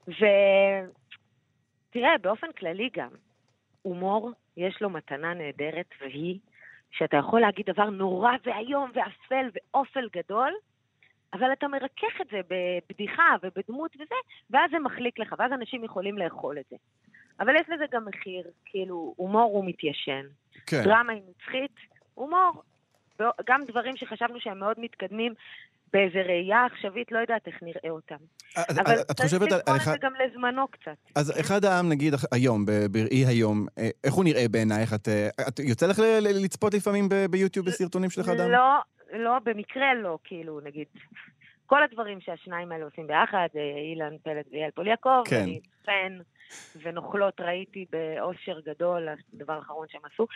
ותראה, באופן כללי גם, הומור יש לו מתנה נהדרת, והיא שאתה יכול להגיד דבר נורא והיום ואפל ואופל גדול, אבל אתה מרכך את זה בבדיחה ובדמות וזה, ואז זה מחליק לך, ואז אנשים יכולים לאכול את זה. אבל יש לזה גם מחיר, כאילו, הומור הוא מתיישן. כן. דרמה היא נצחית, הומור. גם דברים שחשבנו שהם מאוד מתקדמים, באיזה ראייה עכשווית, לא יודעת איך נראה אותם. אבל צריך לבחון את זה גם לזמנו קצת. אז אחד העם, נגיד, היום, בראי היום, איך הוא נראה בעינייך? את יוצא לך לצפות לפעמים ביוטיוב בסרטונים שלך אדם? לא, במקרה לא, כאילו, נגיד, כל הדברים שהשניים האלה עושים ביחד, אילן פלד ואייל פוליאקוב, כן. אני פן ונוכלות ראיתי באושר גדול, הדבר האחרון שהם עשו.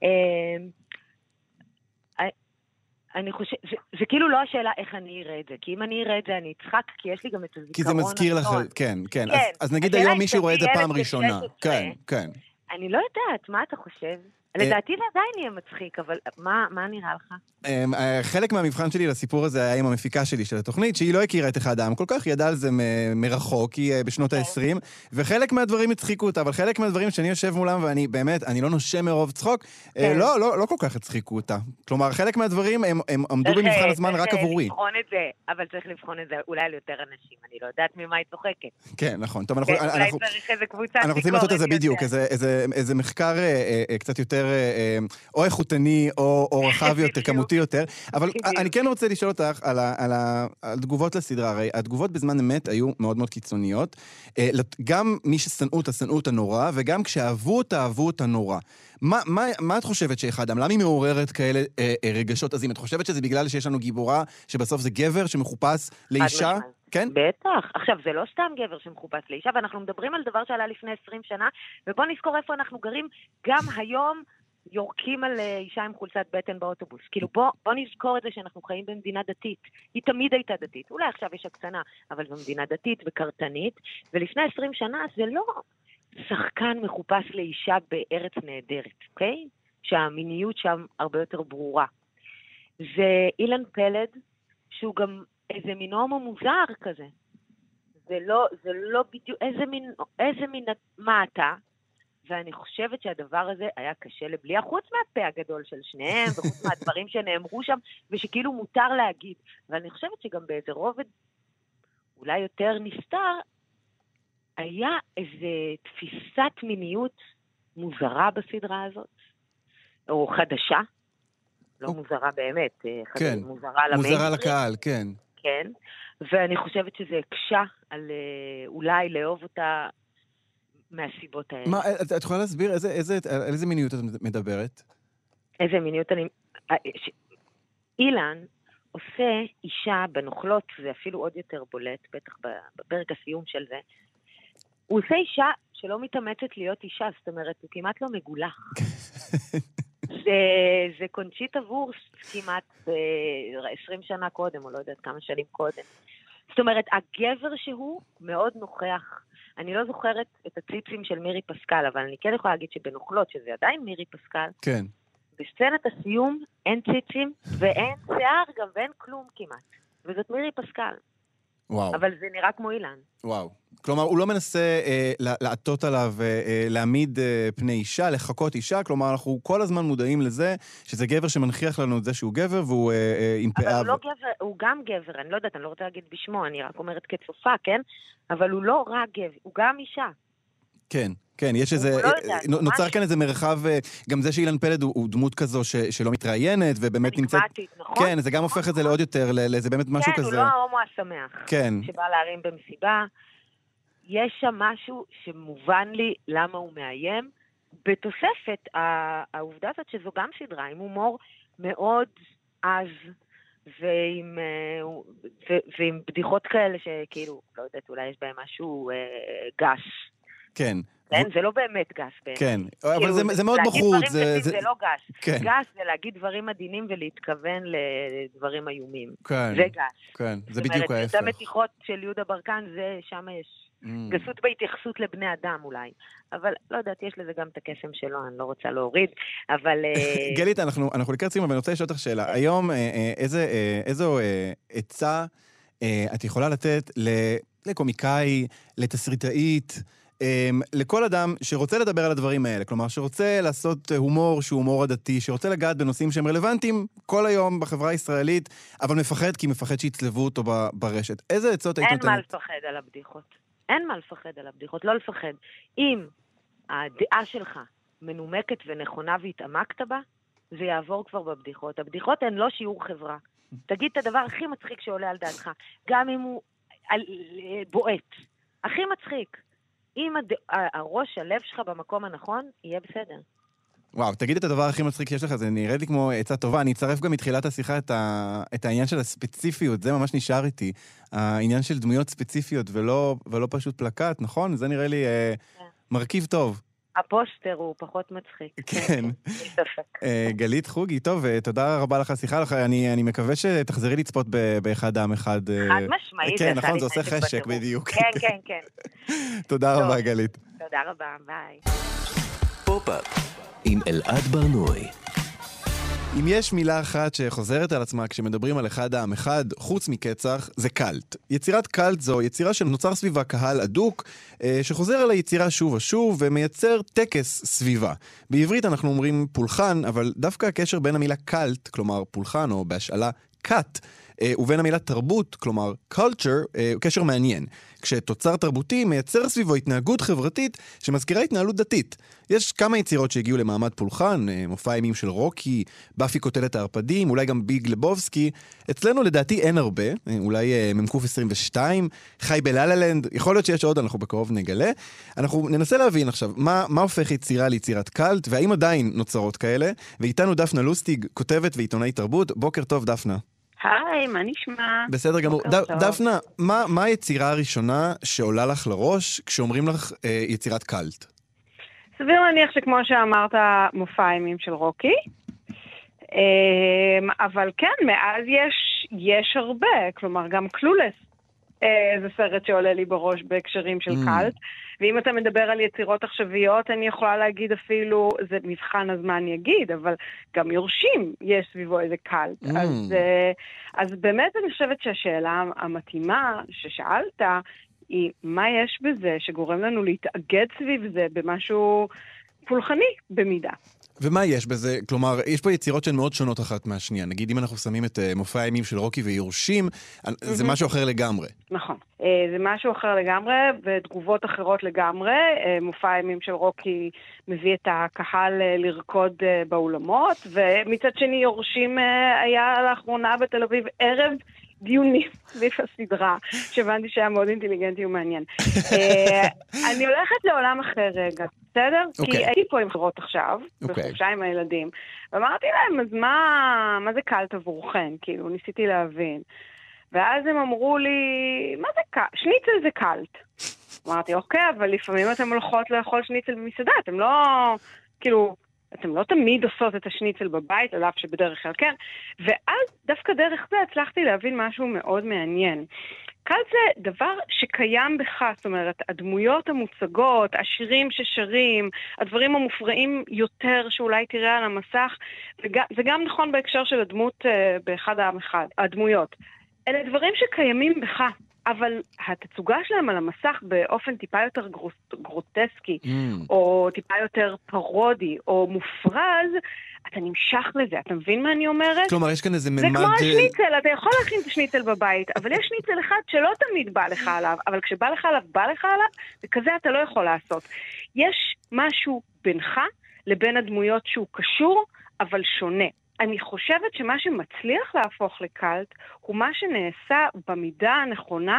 אני חושב, זה כאילו לא השאלה איך אני אראה את זה, כי אם אני אראה את זה אני אצחק, כי יש לי גם את הזיכרון. כי זה מזכיר לך, כן, כן. אז נגיד היום מישהו רואה את זה פעם ראשונה. כן, כן. אני לא יודעת, מה אתה חושב? לדעתי זה עדיין יהיה מצחיק, אבל מה נראה לך? חלק מהמבחן שלי לסיפור הזה היה עם המפיקה שלי של התוכנית, שהיא לא הכירה את אחד העם כל כך, ידעה על זה מרחוק, היא בשנות ה-20, וחלק מהדברים הצחיקו אותה, אבל חלק מהדברים שאני יושב מולם, ואני באמת, אני לא נושם מרוב צחוק, לא כל כך הצחיקו אותה. כלומר, חלק מהדברים הם עמדו במבחן הזמן רק עבורי. לבחון את זה, אבל צריך לבחון את זה אולי על יותר אנשים, אני לא יודעת ממה היא צוחקת. כן, נכון. טוב, אולי צריך איזה קבוצת אנחנו רוצים לעשות את זה בדיוק, איזה מחקר קצת יותר או איכותני או רחב יותר, כמותי יותר, אבל אני כן רוצה לשאול אותך על תגובות לסדרה, הרי התגובות בזמן אמת היו מאוד מאוד קיצוניות, גם מי ששנאו אותה, שנאו אותה נורא, וגם כשאהבו אותה, אהבו אותה נורא. מה את חושבת שאחד, למה היא מעוררת כאלה רגשות עזים? את חושבת שזה בגלל שיש לנו גיבורה, שבסוף זה גבר שמחופש לאישה? כן? בטח. עכשיו, זה לא סתם גבר שמחופש לאישה, ואנחנו מדברים על דבר שעלה לפני 20 שנה, ובוא נזכור איפה אנחנו גרים, גם היום יורקים על אישה עם חולצת בטן באוטובוס. כאילו, בוא נזכור את זה שאנחנו חיים במדינה דתית. היא תמיד הייתה דתית. אולי עכשיו יש הקצנה, אבל זו מדינה דתית וקרתנית, ולפני 20 שנה זה לא שחקן מחופש לאישה בארץ נהדרת, אוקיי? שהמיניות שם הרבה יותר ברורה. זה אילן פלד, שהוא גם איזה מין הומו מוזר כזה. זה לא בדיוק, איזה מין, מה אתה? ואני חושבת שהדבר הזה היה קשה לבליעה, חוץ מהפה הגדול של שניהם, וחוץ מהדברים שנאמרו שם, ושכאילו מותר להגיד. ואני חושבת שגם באיזה רובד, אולי יותר נסתר, היה איזה תפיסת מיניות מוזרה בסדרה הזאת, או חדשה, לא מוזרה באמת, כן, מוזרה למיינסטרים. מוזרה לקהל, כן. כן, ואני חושבת שזה הקשה על אולי לאהוב אותה מהסיבות האלה. מה, את יכולה להסביר על איזה מיניות את מדברת? איזה מיניות אני... אילן עושה אישה בנוכלות, זה אפילו עוד יותר בולט, בטח בפרק הסיום של זה, הוא עושה אישה שלא מתאמצת להיות אישה, זאת אומרת, הוא כמעט לא מגולח. זה קונצ'יטה וורסט כמעט 20 שנה קודם, או לא יודעת כמה שנים קודם. זאת אומרת, הגבר שהוא מאוד נוכח. אני לא זוכרת את הציצים של מירי פסקל, אבל אני כן יכולה להגיד שבנוכלות, שזה עדיין מירי פסקל, כן. בסצנת הסיום אין ציצים, ואין שיער גם, ואין כלום כמעט. וזאת מירי פסקל. וואו. אבל זה נראה כמו אילן. וואו. כלומר, הוא לא מנסה לעטות עליו, להעמיד פני אישה, לחכות אישה, כלומר, אנחנו כל הזמן מודעים לזה, שזה גבר שמנכיח לנו את זה שהוא גבר, והוא עם פאה... אבל הוא לא גבר, הוא גם גבר, אני לא יודעת, אני לא רוצה להגיד בשמו, אני רק אומרת כצופה, כן? אבל הוא לא רק גבר, הוא גם אישה. כן, כן, יש איזה... נוצר כאן איזה מרחב, גם זה שאילן פלד הוא דמות כזו שלא מתראיינת, ובאמת נמצאת... נכון? כן, זה גם הופך את זה לעוד יותר, זה באמת משהו כזה... כן, הוא לא ההומו השמח. כן. שבא להרים במסיבה. יש שם משהו שמובן לי למה הוא מאיים, בתוספת העובדה הזאת שזו גם סדרה, עם הומור מאוד עז, ועם בדיחות כאלה שכאילו, לא יודעת, אולי יש בהם משהו גס. כן. כן, זה לא באמת גס באמת. כן, אבל זה מאוד בחוץ. זה לא גס. גס זה להגיד דברים עדינים ולהתכוון לדברים איומים. זה גס. כן, זה בדיוק ההפך. זאת אומרת, המתיחות של יהודה ברקן, שם יש גסות בהתייחסות לבני אדם אולי. אבל לא יודעת, יש לזה גם את הקסם שלו, אני לא רוצה להוריד, אבל... גלית, אנחנו לקראת סיום, אבל אני רוצה לשאול אותך שאלה. היום, איזו עצה את יכולה לתת לקומיקאי, לתסריטאית, לכל אדם שרוצה לדבר על הדברים האלה, כלומר שרוצה לעשות הומור שהוא הומור עדתי, שרוצה לגעת בנושאים שהם רלוונטיים כל היום בחברה הישראלית, אבל מפחד כי מפחד שיצלבו אותו ברשת. איזה עצות היית נותנת? אין מה לפחד על הבדיחות. אין מה לפחד על הבדיחות, לא לפחד. אם הדעה שלך מנומקת ונכונה והתעמקת בה, זה יעבור כבר בבדיחות. הבדיחות הן לא שיעור חברה. תגיד את הדבר הכי מצחיק שעולה על דעתך, גם אם הוא בועט. הכי מצחיק. אם הראש, הלב שלך במקום הנכון, יהיה בסדר. וואו, תגיד את הדבר הכי מצחיק שיש לך, זה נראה לי כמו עצה טובה. אני אצרף גם מתחילת השיחה את העניין של הספציפיות, זה ממש נשאר איתי. העניין של דמויות ספציפיות ולא פשוט פלקט, נכון? זה נראה לי מרכיב טוב. הפוסטר הוא פחות מצחיק. כן. גלית חוגי, טוב, תודה רבה לך, שיחה לך. אני מקווה שתחזרי לצפות באחד העם אחד. חד משמעית. כן, נכון, זה עושה חשק בדיוק. כן, כן, כן. תודה רבה, גלית. תודה רבה, ביי. פופ-אפ עם אלעד ברנועי. אם יש מילה אחת שחוזרת על עצמה כשמדברים על אחד העם אחד, חוץ מקצח, זה קלט. יצירת קלט זו יצירה שנוצר סביבה קהל אדוק, שחוזר על היצירה שוב ושוב ומייצר טקס סביבה. בעברית אנחנו אומרים פולחן, אבל דווקא הקשר בין המילה קלט, כלומר פולחן או בהשאלה קאט, ובין המילה תרבות, כלומר culture, הוא קשר מעניין. כשתוצר תרבותי מייצר סביבו התנהגות חברתית שמזכירה התנהלות דתית. יש כמה יצירות שהגיעו למעמד פולחן, מופע הימים של רוקי, באפי קוטלת הערפדים, אולי גם ביג לבובסקי. אצלנו לדעתי אין הרבה, אולי ממקוף 22, חי בלללנד, יכול להיות שיש עוד, אנחנו בקרוב נגלה. אנחנו ננסה להבין עכשיו, מה הופך יצירה ליצירת קלט, והאם עדיין נוצרות כאלה, ואיתנו דפנה לוסטיג, כותבת ועיתונאית תרבות. בוקר טוב דפנה. היי, מה נשמע? בסדר גמור. דפנה, מה היצירה הראשונה שעולה לך לראש כשאומרים לך יצירת קלט? סביר להניח שכמו שאמרת, מופע הימים של רוקי. אבל כן, מאז יש הרבה. כלומר, גם קלולס זה סרט שעולה לי בראש בהקשרים של קלט. ואם אתה מדבר על יצירות עכשוויות, אני יכולה להגיד אפילו, זה מבחן הזמן יגיד, אבל גם יורשים יש סביבו איזה קלט. אז באמת אני חושבת שהשאלה המתאימה ששאלת, היא מה יש בזה שגורם לנו להתאגד סביב זה במשהו פולחני במידה. ומה יש בזה? כלומר, יש פה יצירות שהן מאוד שונות אחת מהשנייה. נגיד, אם אנחנו שמים את מופע הימים של רוקי ויורשים, זה משהו אחר לגמרי. נכון. זה משהו אחר לגמרי, ותגובות אחרות לגמרי. מופע הימים של רוקי מביא את הקהל לרקוד באולמות, ומצד שני יורשים היה לאחרונה בתל אביב ערב דיונים סביב הסדרה, שהבנתי שהיה מאוד אינטליגנטי ומעניין. אני הולכת לעולם אחר רגע, בסדר? כי הייתי פה עם חברות עכשיו, בחופשה עם הילדים, ואמרתי להם, אז מה זה קלט עבורכן? כאילו, ניסיתי להבין. ואז הם אמרו לי, מה זה קלט? שניצל זה קלט. אמרתי, אוקיי, אבל לפעמים אתם הולכות לאכול שניצל במסעדה, אתם לא, כאילו, אתם לא תמיד עושות את השניצל בבית, על אף שבדרך כלל כן. ואז דווקא דרך זה הצלחתי להבין משהו מאוד מעניין. קלט זה דבר שקיים בך, זאת אומרת, הדמויות המוצגות, השירים ששרים, הדברים המופרעים יותר שאולי תראה על המסך, זה גם נכון בהקשר של הדמות באחד העם אחד, הדמויות. אלה דברים שקיימים בך. אבל התצוגה שלהם על המסך באופן טיפה יותר גרוטסקי, או טיפה יותר פרודי, או מופרז, אתה נמשך לזה, אתה מבין מה אני אומרת? כלומר, יש כאן איזה ממד... זה כמו השניצל, אתה יכול להכין את השניצל בבית, אבל יש שניצל אחד שלא תמיד בא לך עליו, אבל כשבא לך עליו, בא לך עליו, וכזה אתה לא יכול לעשות. יש משהו בינך לבין הדמויות שהוא קשור, אבל שונה. אני חושבת שמה שמצליח להפוך לקלט הוא מה שנעשה במידה הנכונה,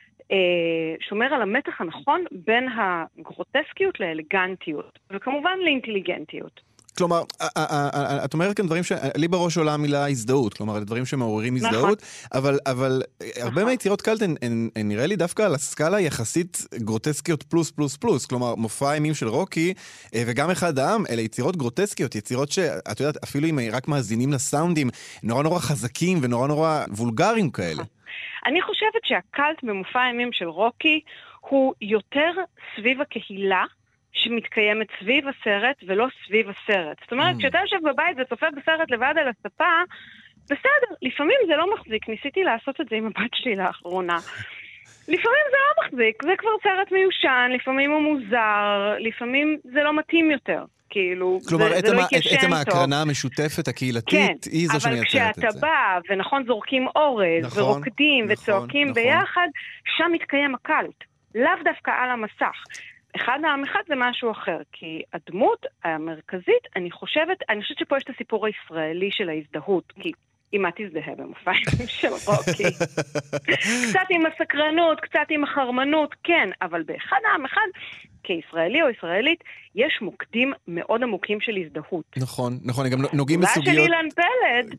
שומר על המתח הנכון בין הגרוטסקיות לאלגנטיות, וכמובן לאינטליגנטיות. כלומר, את אומרת כאן דברים שלי בראש עולה המילה הזדהות, כלומר, דברים שמעוררים הזדהות, אבל הרבה מהיצירות קלט הן נראה לי דווקא על הסקאלה יחסית גרוטסקיות פלוס פלוס פלוס, כלומר, מופע הימים של רוקי, וגם אחד העם, אלה יצירות גרוטסקיות, יצירות שאת יודעת, אפילו אם רק מאזינים לסאונדים, נורא נורא חזקים ונורא נורא וולגריים כאלה. אני חושבת שהקלט במופע הימים של רוקי הוא יותר סביב הקהילה, שמתקיימת סביב הסרט ולא סביב הסרט. זאת אומרת, כשאתה יושב בבית וצופה בסרט לבד על הספה, בסדר, לפעמים זה לא מחזיק. ניסיתי לעשות את זה עם הבת שלי לאחרונה. לפעמים זה לא מחזיק, זה כבר סרט מיושן, לפעמים הוא מוזר, לפעמים זה לא מתאים יותר. כאילו, כלומר, זה לא התיישן טוב. עצם ההקרנה המשותפת הקהילתית, היא זו שמייצרת את זה. אבל כשאתה בא, ונכון זורקים אורז, ורוקדים וצועקים ביחד, שם מתקיים הקלט. לאו דווקא על המסך. אחד העם אחד זה משהו אחר, כי הדמות המרכזית, אני חושבת שפה יש את הסיפור הישראלי של ההזדהות, כי אם את תזדהה במופע של רוקי. קצת עם הסקרנות, קצת עם החרמנות, כן, אבל באחד העם אחד, כישראלי או ישראלית, יש מוקדים מאוד עמוקים של הזדהות. נכון, נכון, גם נוגעים בסוגיות... של אילן פלד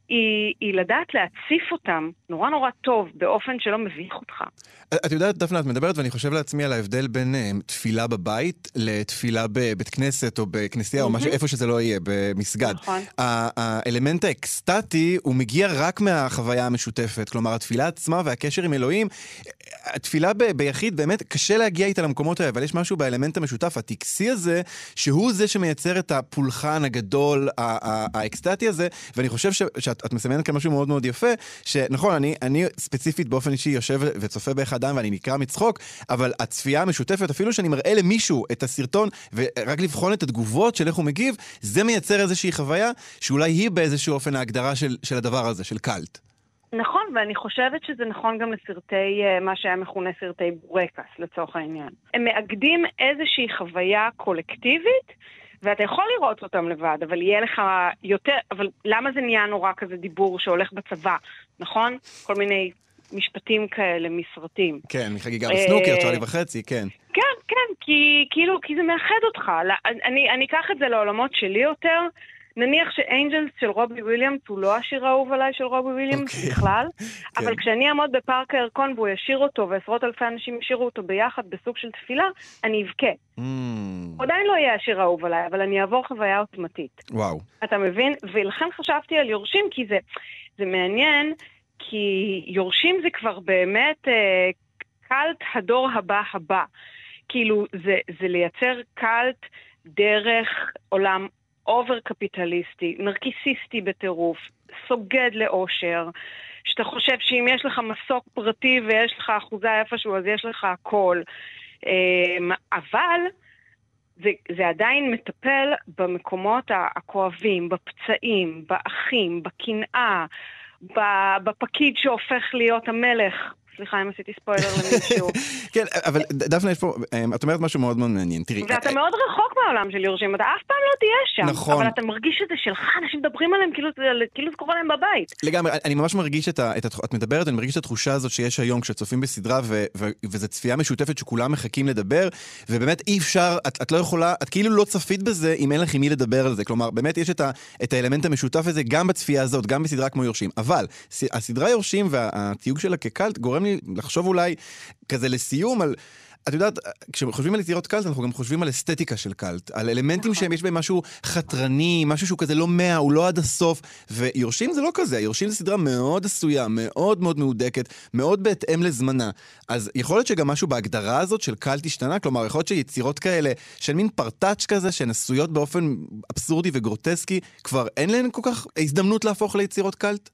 היא לדעת להציף אותם נורא נורא טוב, באופן שלא מביך אותך. את יודעת, דפנה, את מדברת, ואני חושב לעצמי על ההבדל בין תפילה בבית לתפילה בבית כנסת או בכנסייה, או איפה שזה לא יהיה, במסגד. נכון. האלמנט האקסטטי, הוא מגיע רק מהחוויה המשותפת. כלומר, התפילה עצמה והקשר עם אלוהים, התפילה ביחיד באמת קשה להגיע איתה למקומות האלה, אבל יש משהו באלמנט המשותף, הטקסי הזה, שהוא זה שמייצר את הפולחן הגדול, האקסטטי הזה, ואני חושב שאת מסמנת כאן משהו מאוד מאוד יפה, שנכון, אני ספציפית באופן אישי יושב וצופה באחד אדם, ואני נקרא מצחוק, אבל הצפייה המשותפת, אפילו שאני מראה למישהו את הסרטון, ורק לבחון את התגובות של איך הוא מגיב, זה מייצר איזושהי חוויה, שאולי היא באיזשהו אופן ההגדרה של הדבר הזה, של קלט. נכון, ואני חושבת שזה נכון גם לסרטי, מה שהיה מכונה סרטי בורקס, לצורך העניין. הם מאגדים איזושהי חוויה קולקטיבית, ואתה יכול לראות אותם לבד, אבל יהיה לך יותר, אבל למה זה נהיה נורא כזה דיבור שהולך בצבא, נכון? כל מיני משפטים כאלה, מסרטים. כן, מחגיגה בסנוקר, 2.5, כן. כן, כן, כי זה מאחד אותך. אני אקח את זה לעולמות שלי יותר, נניח שאנג'לס של רובי וויליאמס הוא לא השיר האהוב עליי של רובי וויליאמס בכלל, אבל כשאני אעמוד בפארק הירקון והוא ישיר אותו ועשרות אלפי אנשים ישירו אותו ביחד בסוג של תפילה, אני אבכה. הוא עדיין לא יהיה השיר האהוב עליי, אבל אני אעבור חוויה עוצמתית. וואו. אתה מבין? ולכן חשבתי על יורשים, כי זה מעניין, כי יורשים זה כבר באמת קלט הדור הבא. כאילו זה לייצר קלט דרך עולם אובר קפיטליסטי, נרקיסיסטי בטירוף, סוגד לאושר, שאתה חושב שאם יש לך מסוק פרטי ויש לך אחוזה איפשהו, אז יש לך הכל. אבל זה עדיין מטפל במקומות הכואבים, בפצעים, באחים, בקנאה, בפקיד שהופך להיות המלך. סליחה, אם עשיתי ספוילר למישהו. כן, אבל דפנה, יש פה, את אומרת משהו מאוד מאוד מעניין. תראי, ואתה מאוד רחוק מהעולם של יורשים, אתה אף פעם לא תהיה שם. נכון. אבל אתה מרגיש את זה שלך, אנשים מדברים עליהם כאילו זה קורה להם בבית. לגמרי, אני ממש מרגיש את מדברת, אני מרגיש את התחושה הזאת שיש היום כשצופים בסדרה, וזו צפייה משותפת שכולם מחכים לדבר, ובאמת אי אפשר, את לא יכולה, את כאילו לא צפית בזה אם אין לך עם מי לדבר על זה. כלומר, באמת יש את האלמנט המשותף הזה גם בצפייה הזאת, גם בסדרה כמו יורשים. אבל הסדרה יורשים והתיוג שלה כקלט גורם לי לחשוב אולי כזה לסיום על, את יודעת, כשחושבים על יצירות קלט, אנחנו גם חושבים על אסתטיקה של קלט, על אלמנטים שהם יש בהם משהו חתרני, משהו שהוא כזה לא 100, הוא לא עד הסוף, ויורשים זה לא כזה, יורשים זה סדרה מאוד עשויה, מאוד מאוד מהודקת, מאוד בהתאם לזמנה, אז יכול להיות שגם משהו בהגדרה הזאת של קלט השתנה, כלומר, יכול להיות שיצירות כאלה, של מין פרטאץ' כזה, שהן עשויות באופן אבסורדי וגרוטסקי, כבר אין להן כל כך הזדמנות להפוך ליצירות קלט?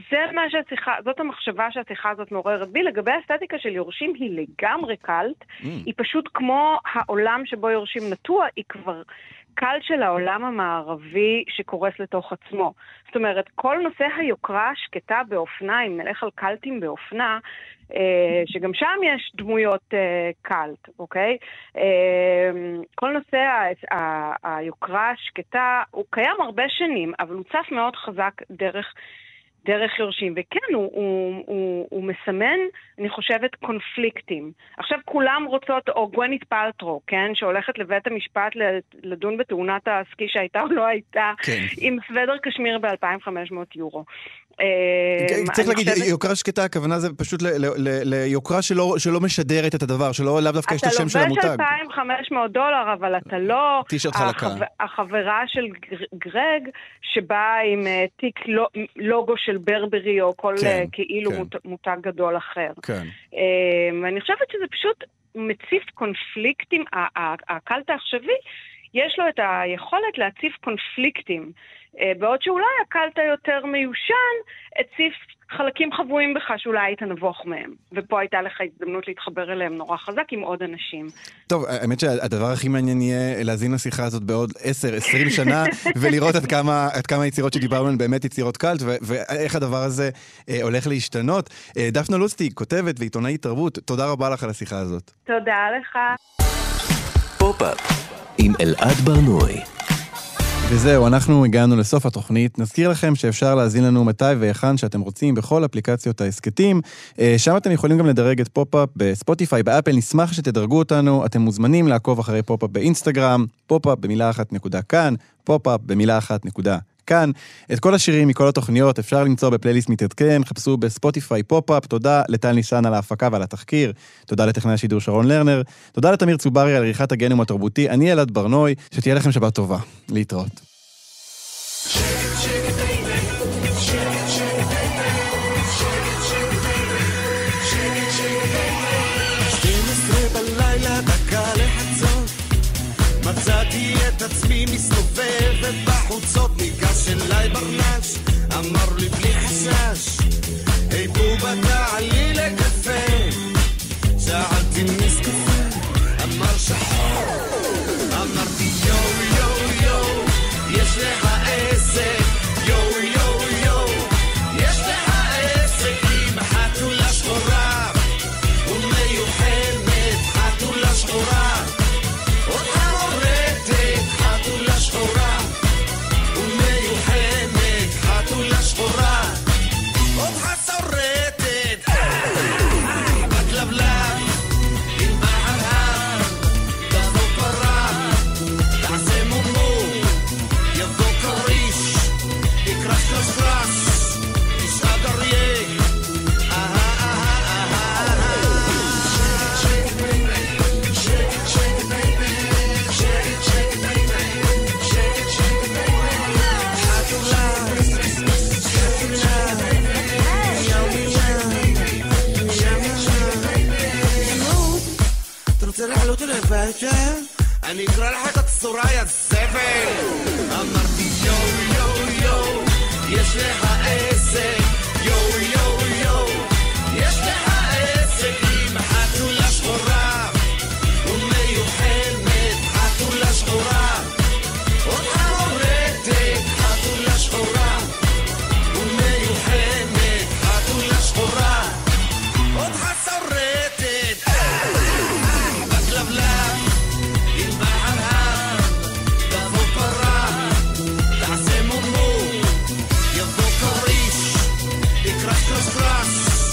זאת המחשבה שהשיחה הזאת מעוררת בי. לגבי האסתטיקה של יורשים היא לגמרי קלט, היא פשוט כמו העולם שבו יורשים נטוע, היא כבר קלט של העולם המערבי שקורס לתוך עצמו. זאת אומרת, כל נושא היוקרה השקטה באופנה, אם נלך על קלטים באופנה, שגם שם יש דמויות קלט, אוקיי? כל נושא היוקרה השקטה הוא קיים הרבה שנים, אבל הוא צף מאוד חזק דרך יורשים, וכן, הוא מסמן, אני חושבת, קונפליקטים. עכשיו כולם רוצות, או גווינית פלטרו, כן, שהולכת לבית המשפט לדון בתאונת הסקי שהייתה או לא הייתה, כן. עם סוודר קשמיר ב-2,500 יורו. צריך להגיד, יוקרה שקטה, הכוונה זה פשוט ליוקרה שלא משדרת את הדבר, שלא לאו דווקא יש את השם של המותג. אתה לובש $2,500, אבל אתה לא טישרט חלקה. החברה של גרג, שבאה עם תיק לוגו של ברברי, או כל כאילו מותג גדול אחר. ואני חושבת שזה פשוט מציף קונפליקטים, הקלט העכשווי, יש לו את היכולת להציף קונפליקטים, בעוד שאולי הקלט היותר מיושן הציף חלקים חבויים בך שאולי היית נבוך מהם, ופה הייתה לך הזדמנות להתחבר אליהם נורא חזק עם עוד אנשים. טוב, האמת שהדבר הכי מעניין יהיה להזין לשיחה הזאת בעוד 10-20 שנה, ולראות עד כמה יצירות שדיברנו הן באמת יצירות קלט, ואיך הדבר הזה הולך להשתנות. דפנה לוסטיג, כותבת ועיתונאית תרבות, תודה רבה לך על השיחה הזאת. תודה לך. פופ-אפ עם אלעד ברנועי. וזהו, אנחנו הגענו לסוף התוכנית. נזכיר לכם שאפשר להזין לנו מתי והיכן שאתם רוצים בכל אפליקציות העסקתים. שם אתם יכולים גם לדרג את פופ-אפ בספוטיפיי, באפל. נשמח שתדרגו אותנו. אתם מוזמנים לעקוב אחרי פופ-אפ באינסטגרם, פופ-אפ במילה אחת.כאן, פופ-אפ במילה אחת.כאן. כאן. את כל השירים מכל התוכניות אפשר למצוא בפלייליסט מתעדכן, חפשו בספוטיפיי פופ-אפ. תודה לטל ניסן על ההפקה ועל התחקיר, תודה לטכנאי השידור שרון לרנר, תודה לתמיר צוברי על עריכת הגנום התרבותי. אני אלעד ברנוי, שתהיה לכם שבת טובה. להתראות. מצאתי את עצמי מסתובבת בחוצות, ניגש אליי ברנש, אמר לי בלי חשש, היי בובה תעלי לקפה, שאלתי מסקפה, אמר שחור, אמרתי יו יו יו, יש לך עסק, יו יו יו, יש לך עסק עם חתולה שחורה, ומיוחדת חתולה שחורה, אני אקרא לך את הצורה יא זבל, אמרתי יו יו יו, יש לך עסק, יו יו יו, יש לך עסק עם חתולה שחורה, ומיוחדת חתולה שחורה, אותך הורדת חתולה שחורה, ומיוחדת חתולה שחורה, אותך שורדת בקלבלה Cross, cross, cross.